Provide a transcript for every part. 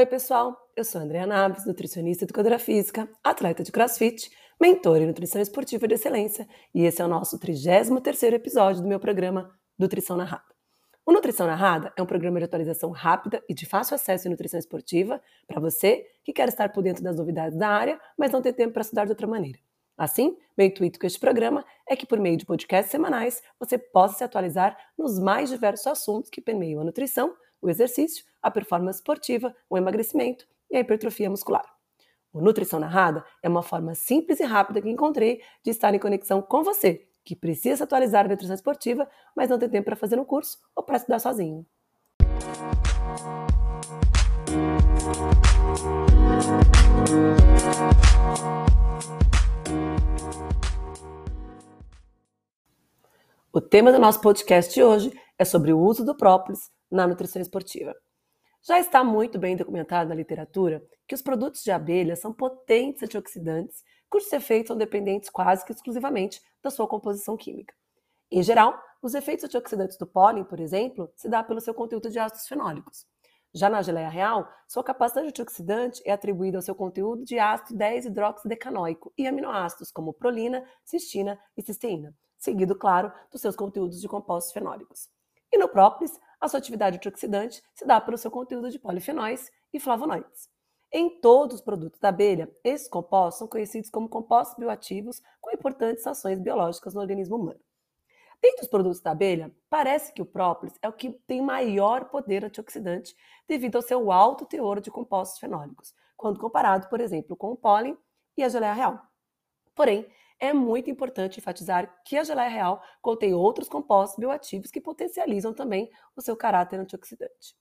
pessoal, eu sou a Andrea Naves, nutricionista e educadora física, atleta de CrossFit, mentora em nutrição esportiva de excelência, e esse é o nosso 33º episódio do meu programa Nutrição Narrada. O Nutrição Narrada é um programa de atualização rápida e de fácil acesso em nutrição esportiva para você que quer estar por dentro das novidades da área, mas não tem tempo para estudar de outra maneira. Assim, meu intuito com este programa é que, por meio de podcasts semanais, você possa se atualizar nos mais diversos assuntos que permeiam a nutrição, o exercício, a performance esportiva, o emagrecimento e a hipertrofia muscular. O Nutrição Narrada é uma forma simples e rápida que encontrei de estar em conexão com você, que precisa se atualizar na nutrição esportiva, mas não tem tempo para fazer um curso ou para estudar sozinho. O tema do nosso podcast de hoje é sobre o uso do própolis na nutrição esportiva. Já está muito bem documentado na literatura que os produtos de abelha são potentes antioxidantes, cujos efeitos são dependentes quase que exclusivamente da sua composição química. Em geral, os efeitos antioxidantes do pólen, por exemplo, se dá pelo seu conteúdo de ácidos fenólicos. Já na geleia real, sua capacidade antioxidante é atribuída ao seu conteúdo de ácido 10-hidroxidecanoico e aminoácidos como prolina, cistina e cisteína, seguido, claro, dos seus conteúdos de compostos fenólicos. E no própolis, a sua atividade antioxidante se dá pelo seu conteúdo de polifenóis e flavonoides. Em todos os produtos da abelha, esses compostos são conhecidos como compostos bioativos com importantes ações biológicas no organismo humano. Dentre os produtos da abelha, parece que o própolis é o que tem maior poder antioxidante devido ao seu alto teor de compostos fenólicos, quando comparado, por exemplo, com o pólen e a geleia real. Porém, é muito importante enfatizar que a geleia real contém outros compostos bioativos que potencializam também o seu caráter antioxidante.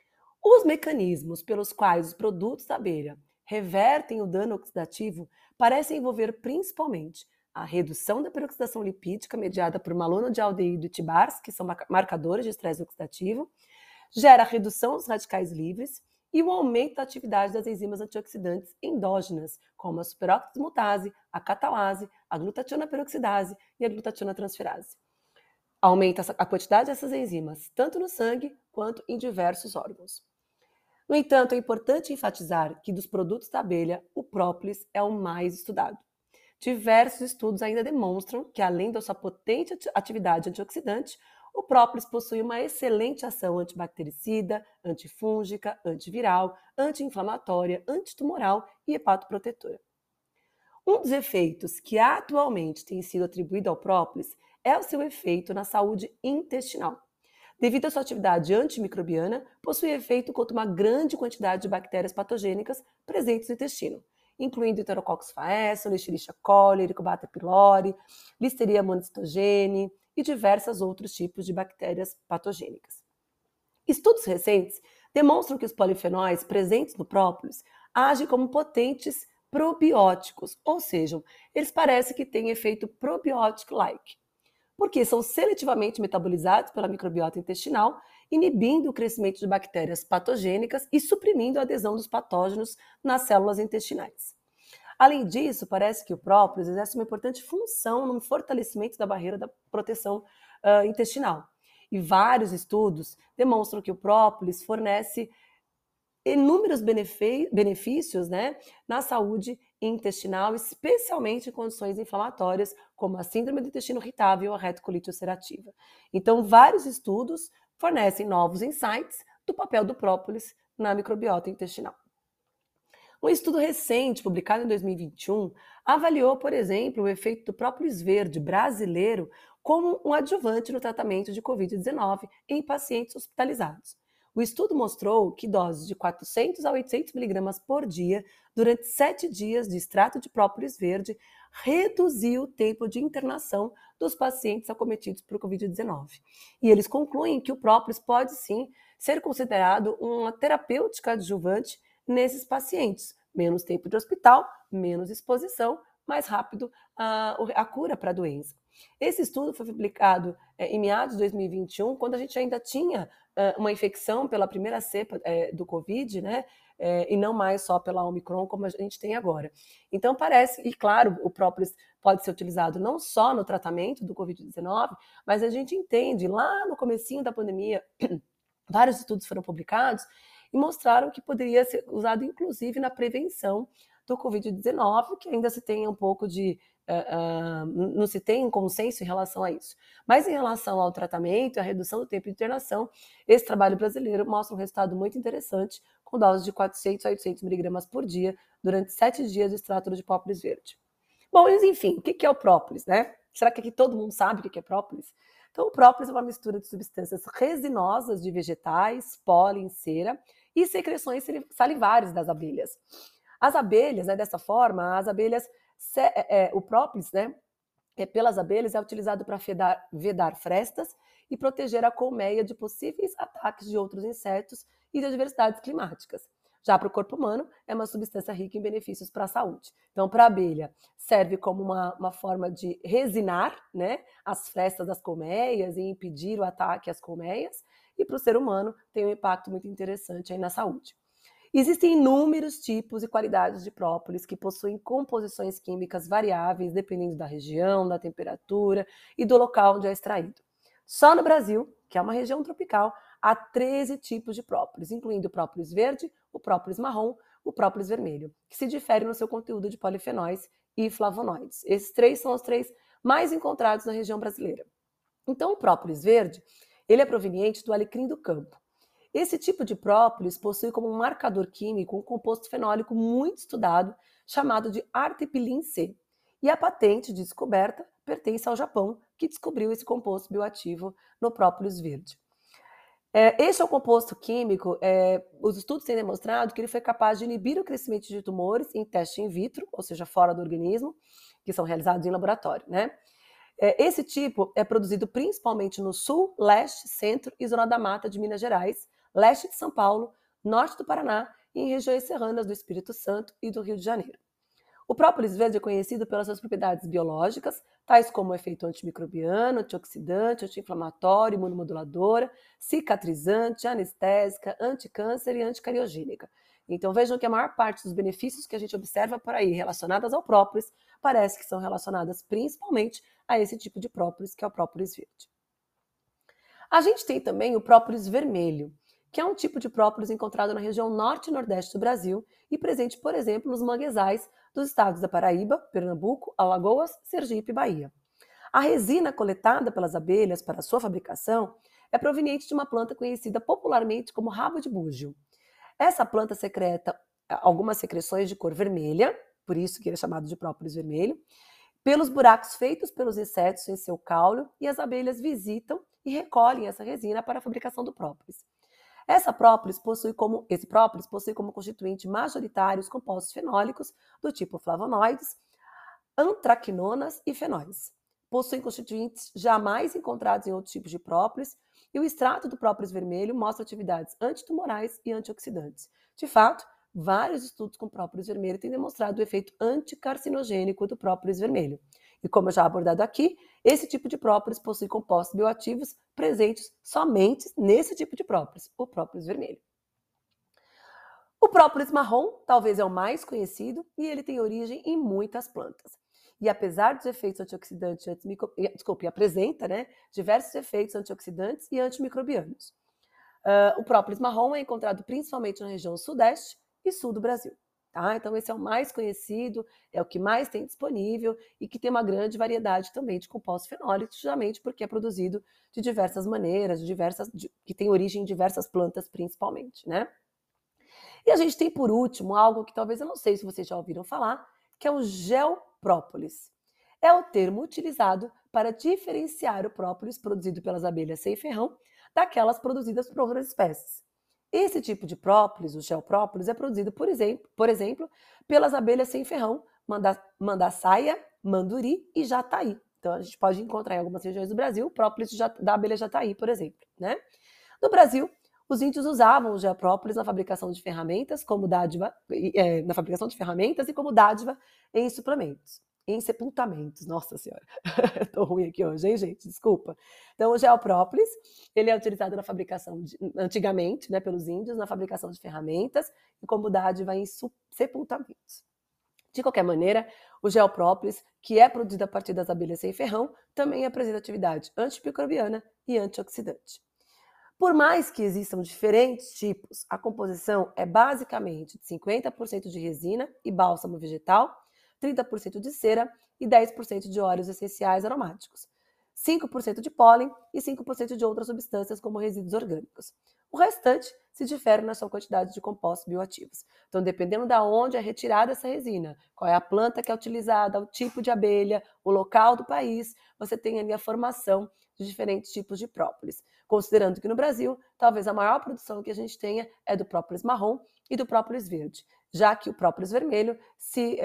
Os mecanismos pelos quais os produtos da abelha revertem o dano oxidativo parecem envolver principalmente a redução da peroxidação lipídica mediada por malonodialdeído e TBARS, que são marcadores de estresse oxidativo, gera a redução dos radicais livres e o aumento da atividade das enzimas antioxidantes endógenas, como a superóxido mutase, a catalase, a glutationa peroxidase e a glutationa transferase. Aumenta a quantidade dessas enzimas, tanto no sangue quanto em diversos órgãos. No entanto, é importante enfatizar que dos produtos da abelha, o própolis é o mais estudado. Diversos estudos ainda demonstram que, além da sua potente atividade antioxidante, o própolis possui uma excelente ação antibactericida, antifúngica, antiviral, anti-inflamatória, antitumoral e hepatoprotetora. Um dos efeitos que atualmente tem sido atribuído ao própolis é o seu efeito na saúde intestinal. Devido à sua atividade antimicrobiana, possui efeito contra uma grande quantidade de bactérias patogênicas presentes no intestino, incluindo Enterococcus faecal, Escherichia coli, Helicobacter pylori, Listeria monocytogene e diversos outros tipos de bactérias patogênicas. Estudos recentes demonstram que os polifenóis presentes no própolis agem como potentes probióticos, ou seja, eles parecem que têm efeito probiótico-like, porque são seletivamente metabolizados pela microbiota intestinal, inibindo o crescimento de bactérias patogênicas e suprimindo a adesão dos patógenos nas células intestinais. Além disso, parece que o própolis exerce uma importante função no fortalecimento da barreira da proteção intestinal. E vários estudos demonstram que o própolis fornece inúmeros benefícios, na saúde intestinal, especialmente em condições inflamatórias, como a síndrome do intestino irritável ou a retocolite ulcerativa. Então, vários estudos fornecem novos insights do papel do própolis na microbiota intestinal. Um estudo recente, publicado em 2021, avaliou, por exemplo, o efeito do própolis verde brasileiro como um adjuvante no tratamento de Covid-19 em pacientes hospitalizados. O estudo mostrou que doses de 400 a 800 mg por dia durante 7 dias de extrato de própolis verde reduziu o tempo de internação dos pacientes acometidos por Covid-19. E eles concluem que o própolis pode sim ser considerado uma terapêutica adjuvante nesses pacientes. Menos tempo de hospital, menos exposição, mais rápido a cura para a doença. Esse estudo foi publicado em meados de 2021, quando a gente ainda tinha uma infecção pela primeira cepa do Covid, e não mais só pela Omicron, como a gente tem agora. Então parece, e claro, o própolis pode ser utilizado não só no tratamento do Covid-19, mas a gente entende, lá no comecinho da pandemia, vários estudos foram publicados, e mostraram que poderia ser usado inclusive na prevenção do Covid-19, que ainda se tem um pouco de não se tem um consenso em relação a isso. Mas em relação ao tratamento e à redução do tempo de internação, esse trabalho brasileiro mostra um resultado muito interessante, com doses de 400 a 800 miligramas por dia, durante 7 dias do extrato de própolis verde. Bom, mas enfim, o que é o própolis, né? Será que aqui todo mundo sabe o que é própolis? Então, o própolis é uma mistura de substâncias resinosas de vegetais, pólen, cera e secreções salivares das abelhas. As abelhas, né, dessa forma, o própolis, né, pelas abelhas é utilizado para vedar frestas e proteger a colmeia de possíveis ataques de outros insetos e de adversidades climáticas. Já para o corpo humano, é uma substância rica em benefícios para a saúde. Então, para a abelha, serve como uma forma de resinar, né, as frestas das colmeias e impedir o ataque às colmeias. E para o ser humano, tem um impacto muito interessante aí na saúde. Existem inúmeros tipos e qualidades de própolis que possuem composições químicas variáveis dependendo da região, da temperatura e do local onde é extraído. Só no Brasil, que é uma região tropical, há 13 tipos de própolis, incluindo o própolis verde, o própolis marrom, o própolis vermelho, que se diferem no seu conteúdo de polifenóis e flavonoides. Esses 3 são os 3 mais encontrados na região brasileira. Então, o própolis verde, ele é proveniente do alecrim do campo. Esse tipo de própolis possui como um marcador químico um composto fenólico muito estudado, chamado de artepilin C. E a patente de descoberta pertence ao Japão, que descobriu esse composto bioativo no própolis verde. Este é o composto químico, os estudos têm demonstrado que ele foi capaz de inibir o crescimento de tumores em teste in vitro, ou seja, fora do organismo, que são realizados em laboratório, né? Esse tipo é produzido principalmente no sul, leste, centro e zona da mata de Minas Gerais, leste de São Paulo, norte do Paraná e em regiões serranas do Espírito Santo e do Rio de Janeiro. O própolis verde é conhecido pelas suas propriedades biológicas, tais como o efeito antimicrobiano, antioxidante, anti-inflamatório, imunomoduladora, cicatrizante, anestésica, anticâncer e anticariogênica. Então vejam que a maior parte dos benefícios que a gente observa por aí relacionadas ao própolis parece que são relacionadas principalmente a esse tipo de própolis, que é o própolis verde. A gente tem também o própolis vermelho, que é um tipo de própolis encontrado na região norte e nordeste do Brasil e presente, por exemplo, nos manguezais dos estados da Paraíba, Pernambuco, Alagoas, Sergipe e Bahia. A resina coletada pelas abelhas para sua fabricação é proveniente de uma planta conhecida popularmente como rabo de búgio. Essa planta secreta algumas secreções de cor vermelha, por isso que ele é chamado de própolis vermelho, pelos buracos feitos pelos insetos em seu caule, e as abelhas visitam e recolhem essa resina para a fabricação do própolis. Esse própolis possui como constituinte majoritário os compostos fenólicos do tipo flavonoides, antraquinonas e fenóis. Possui constituintes jamais encontrados em outros tipos de própolis, e o extrato do própolis vermelho mostra atividades antitumorais e antioxidantes. De fato, vários estudos com própolis vermelho têm demonstrado o efeito anticarcinogênico do própolis vermelho. E como eu já abordado aqui, esse tipo de própolis possui compostos bioativos presentes somente nesse tipo de própolis, o própolis vermelho. O própolis marrom talvez é o mais conhecido e ele tem origem em muitas plantas. E apesar dos efeitos antioxidantes, apresenta, né, diversos efeitos antioxidantes e antimicrobianos. O própolis marrom é encontrado principalmente na região sudeste e sul do Brasil. Tá? Então esse é o mais conhecido, é o que mais tem disponível e que tem uma grande variedade também de compostos fenólicos, justamente porque é produzido de diversas maneiras, que tem origem em diversas plantas principalmente, né? E a gente tem, por último, algo que talvez eu não sei se vocês já ouviram falar, que é o gel própolis. É o termo utilizado para diferenciar o própolis produzido pelas abelhas sem ferrão daquelas produzidas por outras espécies. Esse tipo de própolis, o gel própolis, é produzido, por exemplo, pelas abelhas sem ferrão, mandaçaia, manduri e jataí. Então, a gente pode encontrar em algumas regiões do Brasil o própolis da abelha jataí, por exemplo. Né? No Brasil, os índios usavam o gel própolis na fabricação de ferramentas, e como dádiva em suplementos, em sepultamentos. Nossa Senhora, tô ruim aqui hoje, hein, gente? Desculpa. Então, o gel própolis, ele é utilizado na fabricação, antigamente, né, pelos índios, na fabricação de ferramentas e como dádiva em sepultamentos. De qualquer maneira, o gel própolis, que é produzido a partir das abelhas sem ferrão, também apresenta atividade antimicrobiana e antioxidante. Por mais que existam diferentes tipos, a composição é basicamente de 50% de resina e bálsamo vegetal, 30% de cera e 10% de óleos essenciais aromáticos, 5% de pólen e 5% de outras substâncias como resíduos orgânicos. O restante se difere na sua quantidade de compostos bioativos. Então, dependendo de onde é retirada essa resina, qual é a planta que é utilizada, o tipo de abelha, o local do país, você tem ali a formação de diferentes tipos de própolis. Considerando que no Brasil, talvez a maior produção que a gente tenha é do própolis marrom e do própolis verde, já que o própolis vermelho se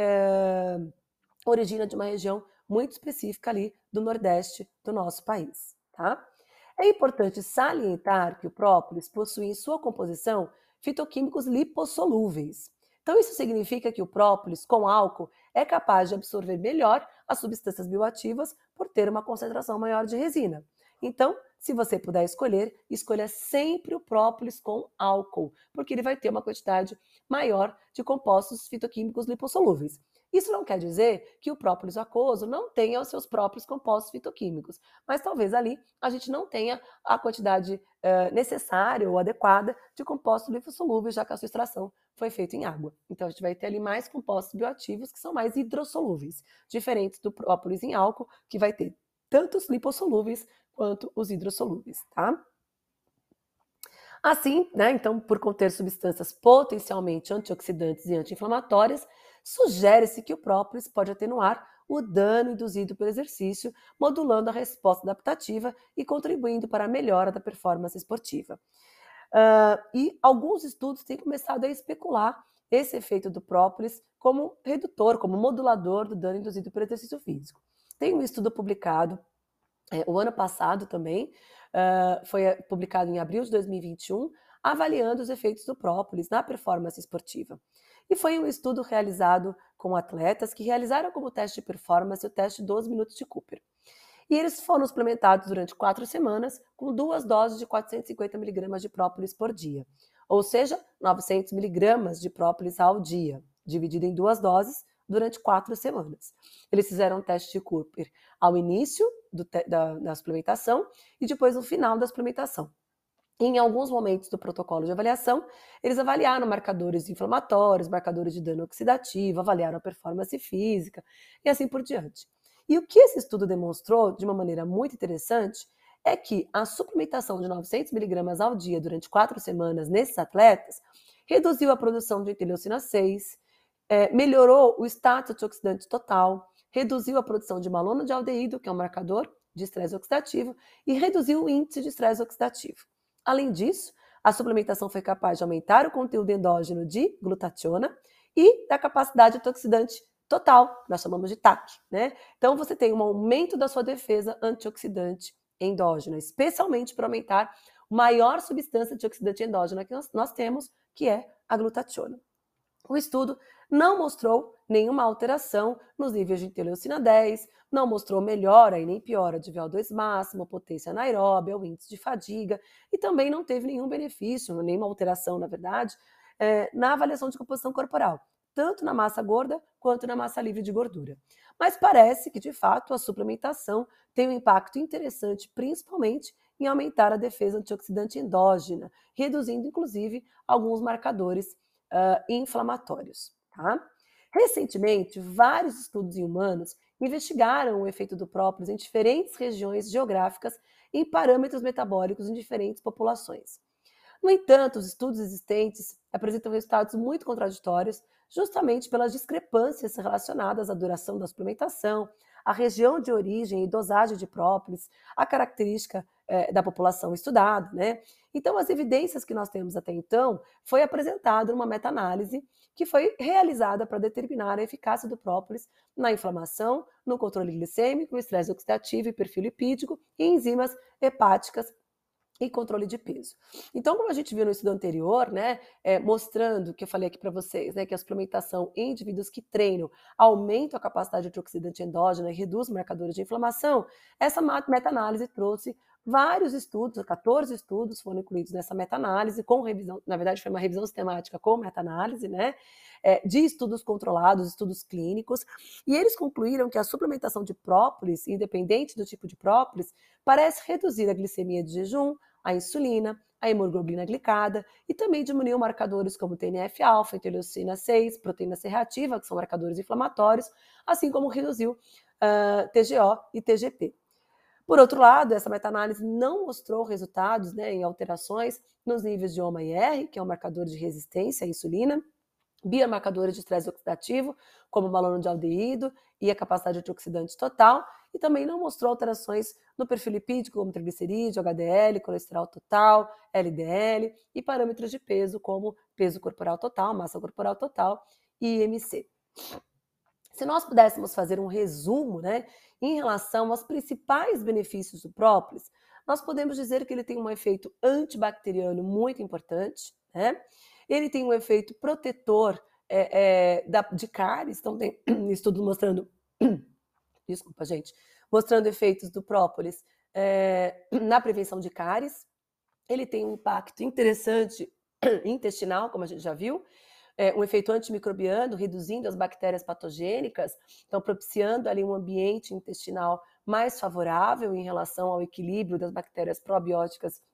origina de uma região muito específica ali do Nordeste do nosso país, tá? É importante salientar que o própolis possui em sua composição fitoquímicos lipossolúveis. Então, isso significa que o própolis, com álcool, é capaz de absorver melhor as substâncias bioativas por ter uma concentração maior de resina. Então, se você puder escolher, escolha sempre o própolis com álcool, porque ele vai ter uma quantidade maior de compostos fitoquímicos lipossolúveis. Isso não quer dizer que o própolis aquoso não tenha os seus próprios compostos fitoquímicos, mas talvez ali a gente não tenha a quantidade necessária ou adequada de compostos lipossolúveis, já que a sua extração foi feita em água. Então a gente vai ter ali mais compostos bioativos que são mais hidrossolúveis, diferentes do própolis em álcool, que vai ter tanto os lipossolúveis quanto os hidrossolúveis, tá? Assim, né, então, por conter substâncias potencialmente antioxidantes e anti-inflamatórias, sugere-se que o própolis pode atenuar o dano induzido pelo exercício, modulando a resposta adaptativa e contribuindo para a melhora da performance esportiva. E alguns estudos têm começado a especular esse efeito do própolis como redutor, como modulador do dano induzido pelo exercício físico. Tem um estudo publicado o ano passado também, foi publicado em abril de 2021, avaliando os efeitos do própolis na performance esportiva. E foi um estudo realizado com atletas que realizaram como teste de performance o teste 12 minutos de Cooper. E eles foram suplementados durante 4 semanas com 2 doses de 450 mg de própolis por dia, ou seja, 900 mg de própolis ao dia, dividido em 2 doses durante 4 semanas. Eles fizeram um teste de Cooper ao início da suplementação e depois no final da suplementação. Em alguns momentos do protocolo de avaliação, eles avaliaram marcadores inflamatórios, marcadores de dano oxidativo, avaliaram a performance física e assim por diante. E o que esse estudo demonstrou, de uma maneira muito interessante, é que a suplementação de 900 mg ao dia durante 4 semanas nesses atletas reduziu a produção de interleucina 6, melhorou o status antioxidante total, reduziu a produção de malonodialdeído, que é um marcador de estresse oxidativo, e reduziu o índice de estresse oxidativo. Além disso, a suplementação foi capaz de aumentar o conteúdo endógeno de glutationa e da capacidade antioxidante total, nós chamamos de TAC, né? Então você tem um aumento da sua defesa antioxidante endógena, especialmente para aumentar a maior substância antioxidante endógena que nós temos, que é a glutationa. O estudo não mostrou nenhuma alteração nos níveis de interleucina 10, não mostrou melhora e nem piora de VO2 máximo, potência anaeróbia, o índice de fadiga, e também não teve nenhum benefício, nenhuma alteração, na verdade, na avaliação de composição corporal, tanto na massa gorda quanto na massa livre de gordura. Mas parece que, de fato, a suplementação tem um impacto interessante, principalmente em aumentar a defesa antioxidante endógena, reduzindo, inclusive, alguns marcadores inflamatórios. Tá? Recentemente, vários estudos em humanos investigaram o efeito do própolis em diferentes regiões geográficas em parâmetros metabólicos em diferentes populações. No entanto, os estudos existentes apresentam resultados muito contraditórios, justamente pelas discrepâncias relacionadas à duração da suplementação, à região de origem e dosagem de própolis, à característica da população estudada, né? Então, as evidências que nós temos até então foi apresentada uma meta-análise que foi realizada para determinar a eficácia do própolis na inflamação, no controle glicêmico, estresse oxidativo e perfil lipídico e enzimas hepáticas e controle de peso. Então, como a gente viu no estudo anterior, né, mostrando, que eu falei aqui para vocês, né, que a suplementação em indivíduos que treinam aumenta a capacidade antioxidante endógena e reduz marcadores de inflamação, essa meta-análise trouxe vários estudos, 14 estudos foram incluídos nessa meta-análise, com revisão, na verdade foi uma revisão sistemática com meta-análise, né, de estudos controlados, estudos clínicos, e eles concluíram que a suplementação de própolis, independente do tipo de própolis, parece reduzir a glicemia de jejum, a insulina, a hemoglobina glicada e também diminuiu marcadores como TNF-alfa, interleucina 6, proteína C reativa, que são marcadores inflamatórios, assim como reduziu TGO e TGP. Por outro lado, essa meta-análise não mostrou resultados, né, em alterações nos níveis de OMA-IR, que é um marcador de resistência à insulina, biomarcadores de estresse oxidativo, como o malonodialdeído e a capacidade antioxidante total, e também não mostrou alterações no perfil lipídico, como triglicerídeo, HDL, colesterol total, LDL, e parâmetros de peso, como peso corporal total, massa corporal total e IMC. Se nós pudéssemos fazer um resumo, né, em relação aos principais benefícios do própolis, nós podemos dizer que ele tem um efeito antibacteriano muito importante, né? Ele tem um efeito protetor de cáries, então tem estudos mostrando, desculpa gente, mostrando efeitos do própolis na prevenção de cáries. Ele tem um impacto interessante intestinal, como a gente já viu, um efeito antimicrobiano, reduzindo as bactérias patogênicas, então propiciando ali um ambiente intestinal mais favorável em relação ao equilíbrio das bactérias probióticas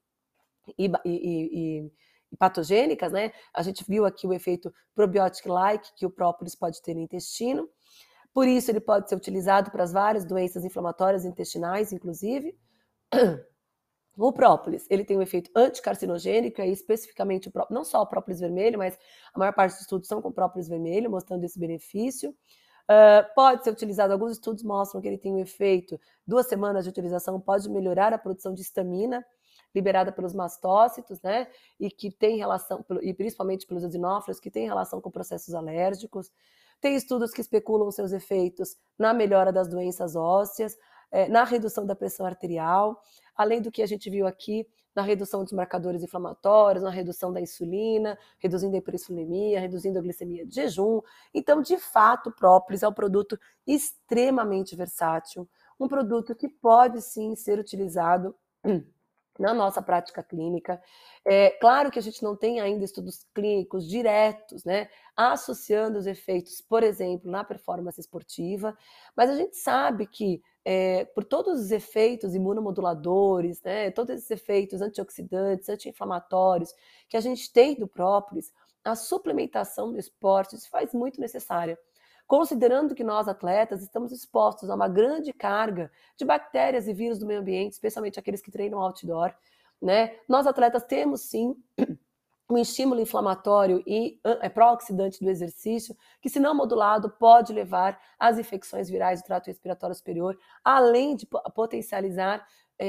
e patogênicas, né? A gente viu aqui o efeito probiotic-like que o própolis pode ter no intestino. Por isso, ele pode ser utilizado para as várias doenças inflamatórias intestinais, inclusive. O própolis, ele tem um efeito anticarcinogênico, aí especificamente não só o própolis vermelho, mas a maior parte dos estudos são com própolis vermelho, mostrando esse benefício. Pode ser utilizado, alguns estudos mostram que ele tem um efeito, 2 semanas de utilização pode melhorar a produção de histamina, liberada pelos mastócitos, né, e que tem relação, e principalmente pelos eosinófilos, que tem relação com processos alérgicos. Tem estudos que especulam seus efeitos na melhora das doenças ósseas, na redução da pressão arterial, além do que a gente viu aqui, na redução dos marcadores inflamatórios, na redução da insulina, reduzindo a hiperinsulinemia, reduzindo a glicemia de jejum. Então, de fato, o própolis é um produto extremamente versátil, um produto que pode sim ser utilizado na nossa prática clínica. Claro que a gente não tem ainda estudos clínicos diretos, né, associando os efeitos, por exemplo, na performance esportiva, mas a gente sabe que, por todos os efeitos imunomoduladores, né, todos esses efeitos antioxidantes, anti-inflamatórios que a gente tem do própolis, a suplementação do esporte se faz muito necessária. Considerando que nós, atletas, estamos expostos a uma grande carga de bactérias e vírus do meio ambiente, especialmente aqueles que treinam outdoor, né? Nós, atletas, temos sim um estímulo inflamatório e pró-oxidante do exercício, que, se não modulado, pode levar às infecções virais do trato respiratório superior, além de potencializar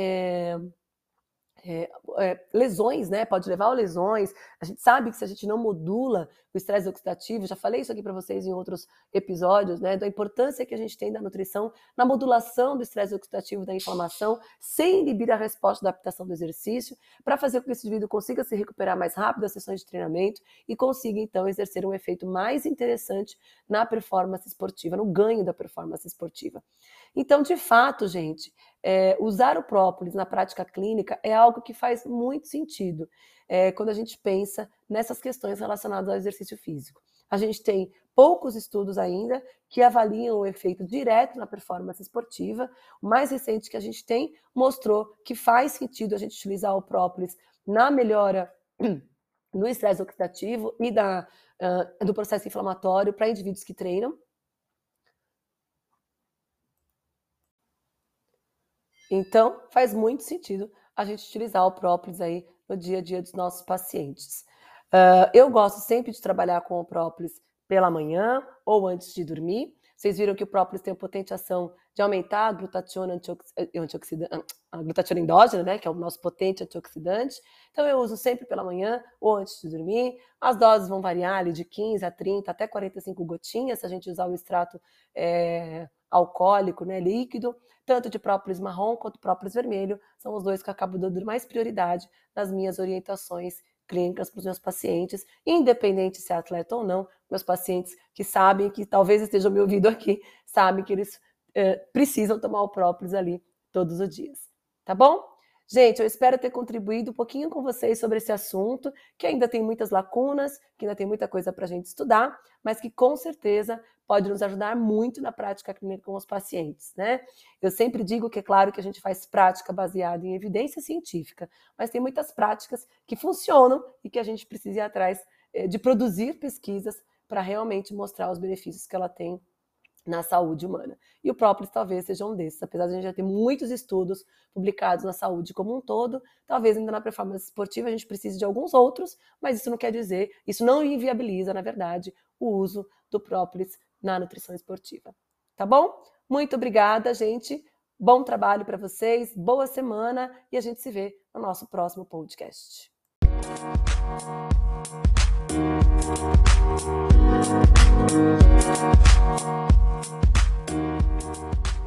lesões, né? Pode levar a lesões. A gente sabe que se a gente não modula o estresse oxidativo, já falei isso aqui para vocês em outros episódios, né? Da importância que a gente tem da nutrição na modulação do estresse oxidativo, da inflamação, sem inibir a resposta da adaptação do exercício, para fazer com que esse indivíduo consiga se recuperar mais rápido das sessões de treinamento e consiga, então, exercer um efeito mais interessante na performance esportiva, no ganho da performance esportiva. Então, de fato, gente, usar o própolis na prática clínica é algo que faz muito sentido quando a gente pensa nessas questões relacionadas ao exercício físico. A gente tem poucos estudos ainda que avaliam o efeito direto na performance esportiva. O mais recente que a gente tem mostrou que faz sentido a gente utilizar o própolis na melhora no estresse oxidativo e do processo inflamatório para indivíduos que treinam. Então, faz muito sentido a gente utilizar o própolis aí no dia a dia dos nossos pacientes. Eu gosto sempre de trabalhar com o própolis pela manhã ou antes de dormir. Vocês viram que o própolis tem a potente ação de aumentar a glutationa a glutationa endógena, né, que é o nosso potente antioxidante. Então, eu uso sempre pela manhã ou antes de dormir. As doses vão variar ali de 15 a 30 até 45 gotinhas, se a gente usar o extrato alcoólico, né, líquido, tanto de própolis marrom quanto própolis vermelho. São os dois que eu acabo dando mais prioridade nas minhas orientações clínicas para os meus pacientes, independente se é atleta ou não. Meus pacientes que sabem, que talvez estejam me ouvindo aqui, sabem que eles precisam tomar o própolis ali todos os dias. Tá bom? Gente, eu espero ter contribuído um pouquinho com vocês sobre esse assunto, que ainda tem muitas lacunas, que ainda tem muita coisa para a gente estudar, mas que com certeza pode nos ajudar muito na prática clínica com os pacientes, né? Eu sempre digo que é claro que a gente faz prática baseada em evidência científica, mas tem muitas práticas que funcionam e que a gente precisa ir atrás de produzir pesquisas para realmente mostrar os benefícios que ela tem na saúde humana. E o própolis talvez seja um desses, apesar de a gente já ter muitos estudos publicados na saúde como um todo, talvez ainda na performance esportiva a gente precise de alguns outros, mas isso não quer dizer, isso não inviabiliza, na verdade, o uso do própolis na nutrição esportiva. Tá bom? Muito obrigada, gente. Bom trabalho para vocês, boa semana e a gente se vê no nosso próximo podcast. Thank you.